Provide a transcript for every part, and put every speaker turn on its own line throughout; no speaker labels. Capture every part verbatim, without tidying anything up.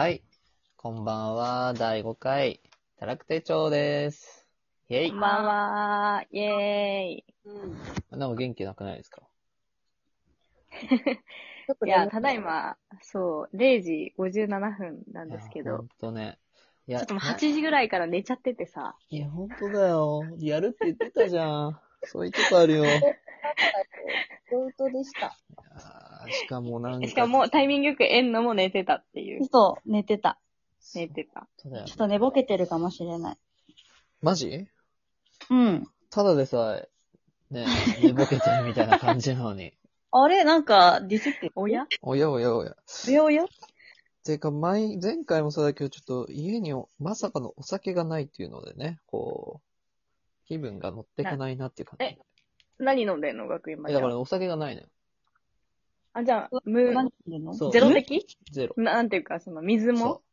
はい。こんばんは。だいごかい、たらく手帳です。イェイ。
こんばんは。イェーイ。
うん。
なんか元気なくないですか？
いや、ただいま、そう、れいじごじゅうななふんなん
いや、
ですけど、
ほんとね。いや、
ちょっともう
な
はちじぐらいから寝ちゃっててさ。
いや、ほんとだよ。やるって言ってたじゃん。そういうとこあるよ。
本当でした。
あーしかもなんか。
しかもタイミングよくえんのも寝てたっていう。
そう、寝てた。
寝てた。
そうだよ
ちょっと寝ぼけてるかもしれない。
マジ？
うん。
ただでさえ、ね、寝ぼけてるみたいな感じなのに。
あれなんか、ディスってる。
おや
おやおやおや。
おやおや
てか、前、前回もそうだけど、ちょっと家におまさかのお酒がないっていうのでね、こう、気分が乗ってかないなっていう感じ。
え何飲んでんの学院ま
え、
で。
だからお酒がないのよ。
あ、じゃあ、無、
何してるの
そう
ゼロ的
ゼロ。
ななんていうか、その水も
そう。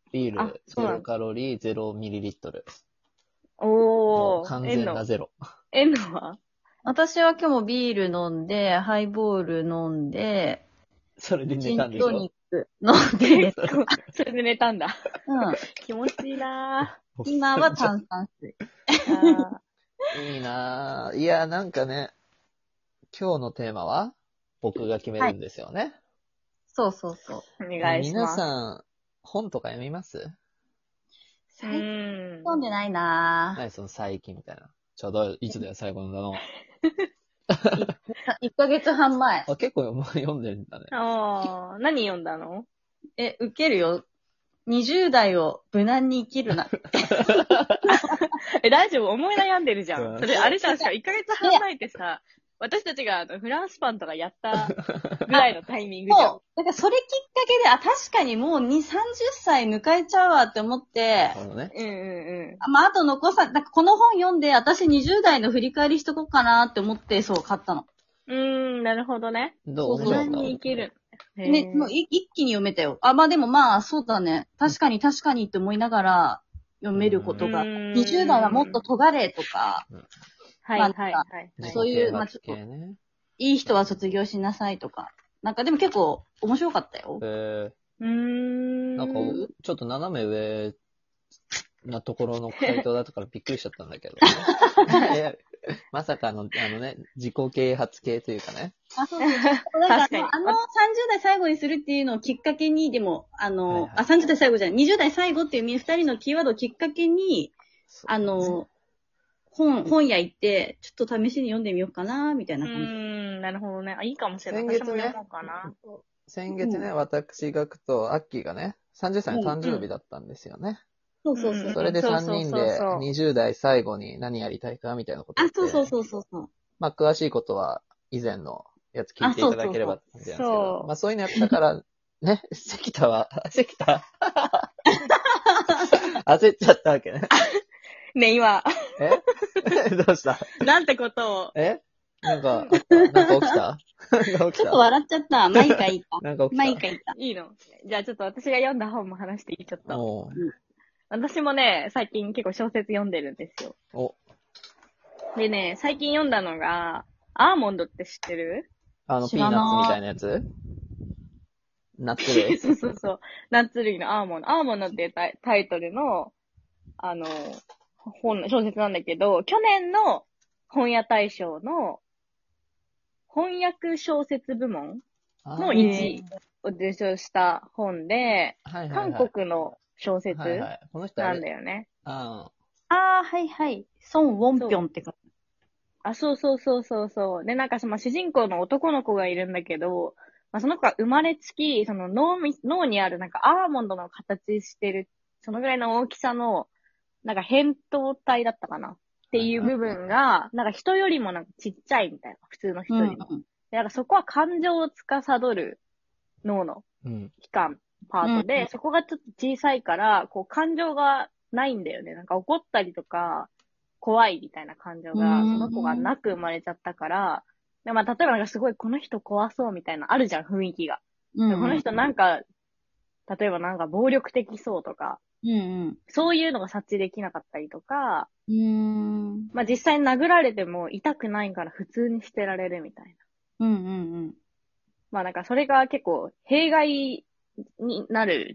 ビー
あ
ル、ゼ
そうなんだ
ロカロリー、ゼロミリリットル。も
おー。
う完
えんの
全なゼロ。
えんのは
私は今日もビール飲んで、ハイボール飲んで、
それで寝
ジン
たんでしょ？
トニック飲んで寝た。
それで寝たんだ。
うん。
気持ちいいな
今は炭酸水。
ぁ。あ
いいなぁ。いや、なんかね、今日のテーマは僕が決めるんですよね。
そうそうそう。
ーお願いし
皆
ます。
さん、本とか読みます？
う
最近
ーん。
飲んでないなぁ。
何その最近みたいな。ちょうどいつだよ、最後のだの。
いっかげつはん前。
あ、結構読んでるんだね。
ああ、何読んだの？
え、受けるよ。にじゅう代を無難に生きるな。
え、大丈夫思い悩んでるじゃ
うん
ん。それ、あれじゃん、しかいっかげつはん前ってさ、私たちがあのフランスパンとかやったぐらいのタイミングじゃん。
そう。だからそれきっかけで、あ、確かにもうに、さんじゅっさい迎えちゃうわって思って、
あのね。
うんうんうん。
あまあ、あと残さ、なんかこの本読んで、私にじゅう代の振り返りしとこうかなって思って、そう、買ったの。
うーん、なるほどね。
どう
そうそう
無難
面白かった？
に生きる。へ
ね、もう
ー
い一気に読めたよ。あ、まあでもまあ、そうだね。確かに確かにって思いながら読めることが。
うーん
にじゅう代はもっと尖れとか、
はい
まあ
はいはい。
自己
そういう
啓発
まあちょっと
系ね。
いい人は卒業しなさいとか。なんかでも結構面白かったよ。
え
うー
ー、
ん。
なんか、ちょっと斜め上なところの回答だったからびっくりしちゃったんだけど、ね。いやまさかの、あのね、自己啓発系というかね。
あ、そうそう。なんかあ
確かに
の、あのさんじゅう代最後にするっていうのをきっかけに、でも、あの、
はいはい
あ、さんじゅう代最後じゃない、にじゅう代最後っていう二人のキーワードをきっかけに、あの、本、本屋行って、ちょっと試しに読んでみようかな、みたいうな
ー
感じ。
ん、なるほどね。あ、いいかもしれない。
先月ね
私も読もうかな。
先月ね、
う
私がくと、アッキーがね、さんじゅっさいの誕生
うん
日だったんですよね。
そうそうそう。
うん
それでさんにんで
そうそうそうそう
にじゅう代最後に何やりたいかみたいなこと
あ
言っ、て、
そうそうそうそうそう。
まあ、詳しいことは以前のやつ聞いていただければって感じなんですけど、
そう
まあ、そういうのやったから、ね、関田は、関田焦っちゃったわけね。
ね、今、
えどうした？
なんてことを。
えなんか、あったなんか起きたなんか起き
ちょっと
た
笑っちゃった。まあいいかいいか。
なんか起きた
まあいいかいいか。
いいの？じゃあちょっと私が読んだ本も話していい？ちょっと。
おう
私もね、最近結構小説読んでるんですよ。
お、
でね、最近読んだのが、アーモンドって知ってる？
あの、
知らない
ピーナッツみたいなやつナッツ類
そうそうそう。ナッツ類のアーモンド。アーモンドっていうタイタイトルの、あの、本、小説なんだけど、去年の本屋大賞の翻訳小説部門のいちいを受賞した本で、
はいはい
韓
はい。
国の小説
はいはい。この人あ
な
れ、
んだよね。
あ
ああ、はいはい。孫ウォンピョンってか。
あ、そうそうそうそうそう。で、なんかその主人公の男の子がいるんだけど、まあ、その子が生まれつき、その脳み、脳にあるなんかアーモンドの形してる、そのぐらいの大きさの、なんか扁桃体だったかなっていう部分が、なんか人よりもなんかちっちゃいみたいな、普通の人よりも。
うん
でなんかそこは感情を司る脳の
ーうん。
器官、パートで、
うん
そこがちょっと小さいから、こう感情がないんだよね。なんか怒ったりとか、怖いみたいな感情が、
うん
その子がなく生まれちゃったから、でまあ、例えばなんかすごいこの人怖そうみたいな、あるじゃん、雰囲気が。
うん。
でこの人なんか、例えばなんか暴力的そうとか、
うん
そういうのが察知できなかったりとか、
うん。うーん。
まあ実際に殴られても痛くないから普通に捨てられるみたいな。
うんうんうん。
まあなんかそれが結構弊害になるじゃん。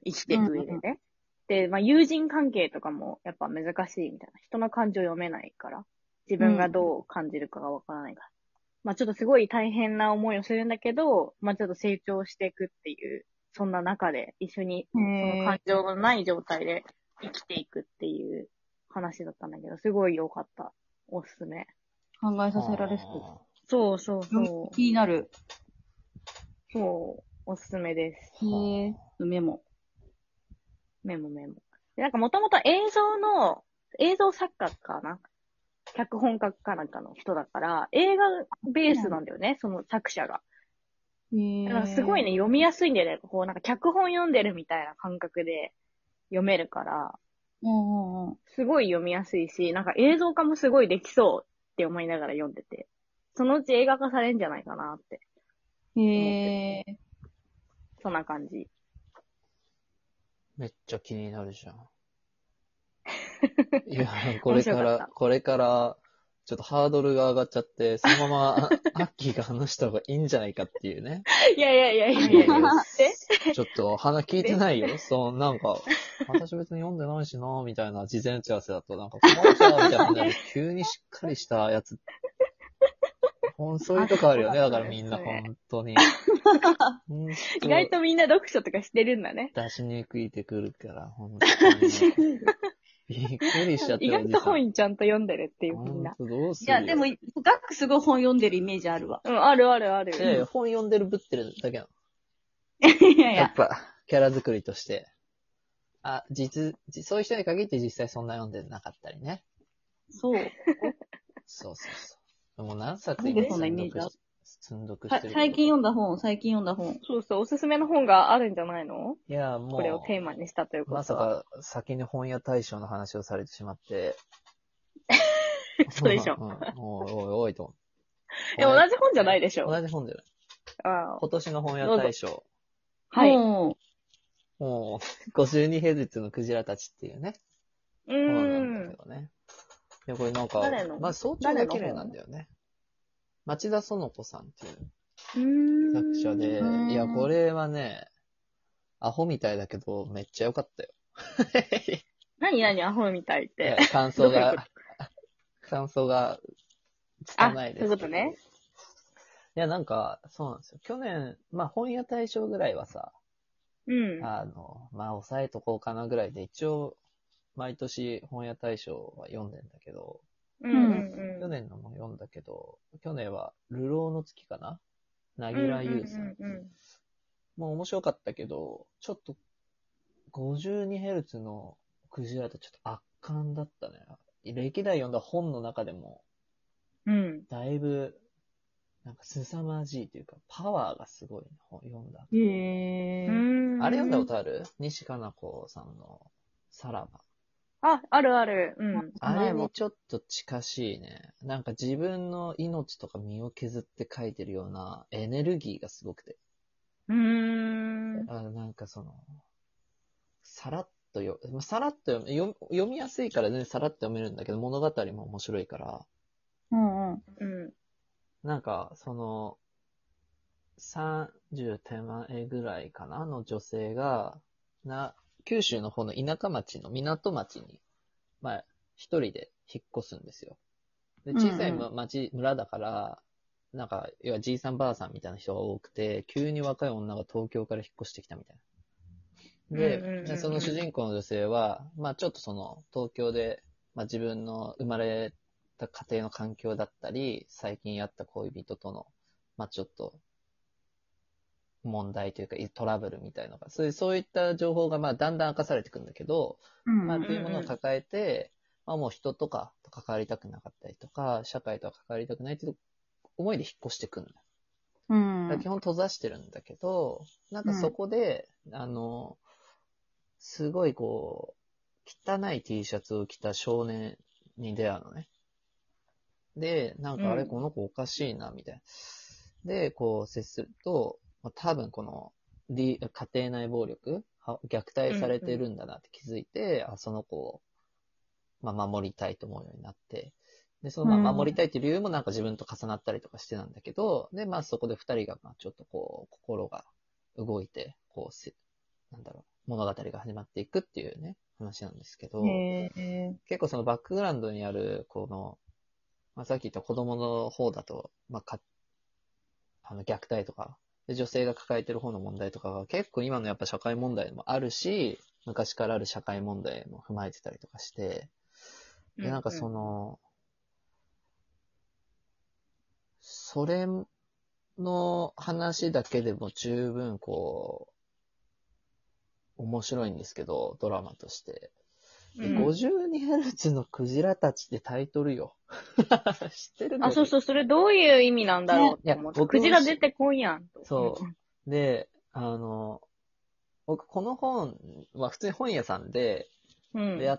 生きていく上でね。うんうん、で、まあ友人関係とかもやっぱ難しいみたいな。人の感情読めないから。自分がどう感じるかがわからないから。うん、まあちょっとすごい大変な思いをするんだけど、まあちょっと成長していくっていう、そんな中で一緒にその感情のない状態で生きていくっていう話だったんだけど、すごい良かった。おすすめ。
考えさせられそう。
そうそうそう。
気になる。
そう、おすすめです。
へえ、メモ。
メモメモ。でなんかもともと映像の、映像作家かな脚本家かなんかの人だから、映画ベースなんだよね、その作者が。
へー。
だからすごいね、読みやすいんだよね。こう、なんか脚本読んでるみたいな感覚で読めるから、
うんうんうん、
すごい読みやすいし、なんか映像化もすごいできそうって思いながら読んでて、そのうち映画化されるんじゃないかなって思って。へー。そんな感じ。
めっちゃ気になるじゃん。いや、これから、これから、ちょっとハードルが上がっちゃって、そのまま、アッキーが話した方がいいんじゃないかっていうね。
いやいやいやいやいやいや。
ちょっと、話聞いてないよ。そう、なんか、私別に読んでないしな、みたいな事前打ち合わせだと、なんか、困っちゃうみたいな感じで、急にしっかりしたやつ。ほん、そういうとこあるよね。だからみんな、本当に。
意外とみんな読書とかしてるんだね。
出しにくいてくるから、本当に。びっくりしちゃった。
意外と本ちゃんと読んでるっていうみんな。
どうす
るいや、でも、ガックすごい本読んでるイメージあるわ。
うん、あるあるある。
いやいや、本読んでるぶってるだけなの。
いやいや。
やっぱ、キャラ作りとして。あ、実、そういう人に限って実際そんな読んでなかったりね。
そう。
そうそうそう。もう何冊
今そんなイメージある。
積読してる。
最近読んだ本、最近読んだ本。
そうそう、おすすめの本があるんじゃないの？
いや、もう。
これをテーマにしたということは。
まさか、先に本屋大賞の話をされてしまって。
そうでしょ。
うん、おいおいおいと。
え、同じ本じゃないでしょ？
同じ本じゃない。
ああ。
今年の本屋大賞。
はい。
もう、ごじゅうにヘルツのクジラたちっていうね。
うーん。
本なんだけどね。いや、これなんか、まあ、早朝が綺麗なんだよね。町田園子さんっていう作者で、いや、これはね、アホみたいだけど、めっちゃ良かったよ。
何何アホみたいって。
感想が、感想が、つかないです。
そういうことね。
いや、なんか、そうなんですよ。去年、まあ、本屋大賞ぐらいはさ、
うん。
あの、まあ、抑えとこうかなぐらいで、一応、毎年本屋大賞は読んでんだけど、
うんうんうん、
去年のも読んだけど、去年は、流浪の月かななぎらゆうさん。うんうんうんうん、もう面白かったけど、ちょっと、ごじゅうにヘルツ のクジラとちょっと圧巻だったね。歴代読んだ本の中でも、
うん。
だいぶ、なんか凄まじいというか、パワーがすごい、ね、本読んだ。
へー。
あれ読んだことある？西加奈子さんのさらば。
あ、あるある。うん。
あれにちょっと近しいね。なんか自分の命とか身を削って書いてるようなエネルギーがすごくて。
うーん。
あなんかその、さらっとよ、さらっと読読読みやすいからね、さらっと読めるんだけど、物語も面白いから。
うんうん。うん。
なんか、その、さんじゅう手前ぐらいかなの女性が、な、九州の方の田舎町の港町に、まあ、一人で引っ越すんですよ。で、小さい町、村だから、なんか、要はじいさんばあさんみたいな人が多くて、急に若い女が東京から引っ越してきたみたいな。で、うんうんうんうん、その主人公の女性は、まあちょっとその、東京で、まあ自分の生まれた家庭の環境だったり、最近やった恋人との、まあちょっと、問題というか、トラブルみたいなのが、そういう、そういった情報が、まあ、だんだん明かされていくんだけど、うんうんうん、まあ、っていうものを抱えて、まあ、もう人とかと関わりたくなかったりとか、社会とは関わりたくないっていう思いで引っ越してくるの。うん。基本閉ざしてるんだけど、なんかそこで、うん、あの、すごいこう、汚い T シャツを着た少年に出会うのね。で、なんかあれ、この子おかしいな、みたいな。で、こう接すると、多分この家庭内暴力、虐待されてるんだなって気づいて、うんうん、あその子を、まあ、守りたいと思うようになって、で、そのまあ守りたいっていう理由もなんか自分と重なったりとかしてなんだけど、で、まあそこで二人がまあちょっとこう、心が動いて、こう、なんだろ物語が始まっていくっていうね、話なんですけど、
へー。
結構そのバックグラウンドにある、この、まあ、さっき言った子供の方だと、まあ、か、あの、虐待とか、で女性が抱えてる方の問題とかが結構今のやっぱ社会問題もあるし、昔からある社会問題も踏まえてたりとかして、で、なんかその、それの話だけでも十分こう、面白いんですけど、ドラマとして。で、
うん
ごじゅうにヘルツ のクジラたちってタイトルよ。知ってる。
あ、そうそう、それどういう意味なんだろうって思って。
いや僕も
クジラ出てこんやんと。
そう。で、あの、僕この本は普通に本屋さんで
うん。
出会って、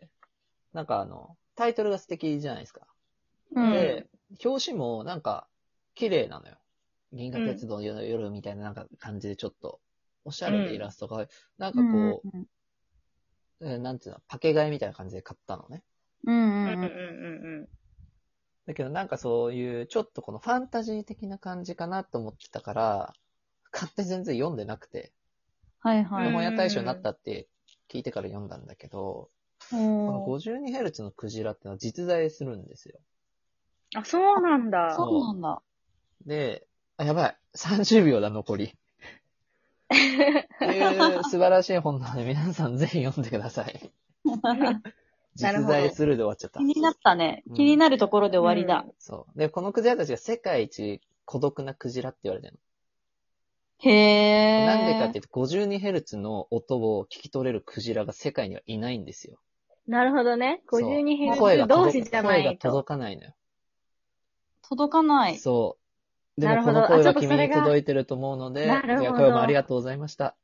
なんかあの、タイトルが素敵じゃないですか。
うん。
で、表紙もなんか綺麗なのよ。銀河鉄道の夜みたいななんか感じでちょっと、おしゃれでイラストが、なんかこう、
うん
えーなんていうの、パケ買いみたいな感じで買ったのね。
うん
うん。
うん。
うんうん
だけどなんかそういうちょっとこのファンタジー的な感じかなと思ってたから、買って全然読んでなくて、
はいはい。
で本屋大賞になったって聞いてから読んだんだけど、この ごじゅうにヘルツ のクジラってのは実在するんですよ。
うん。あ、そうなんだ。
そうなんだ。
で、あ、やばい。さんじゅうびょうだ、残り。っていう素晴らしい本なので、皆さんぜひ読んでください。実在するで終わっちゃった
気。になったね
うん。
気になるところで終わりだ。
そう。で、このクジラたちが世界一孤独なクジラって言われてる
へ
の。
ー。
なんでかって言うと、ごじゅうにヘルツ の音を聞き取れるクジラが世界にはいないんですよ。
なるほどね。
そう
ごじゅうにヘル
声が
ツ同
届
士じゃない
声が届
と。
かないのよ。
届かない。
そう。で
なるほど
もこの声
あちょっとそれが
は君に届いてると思うので、
なるほど
じゃあ今日もありがとうございました。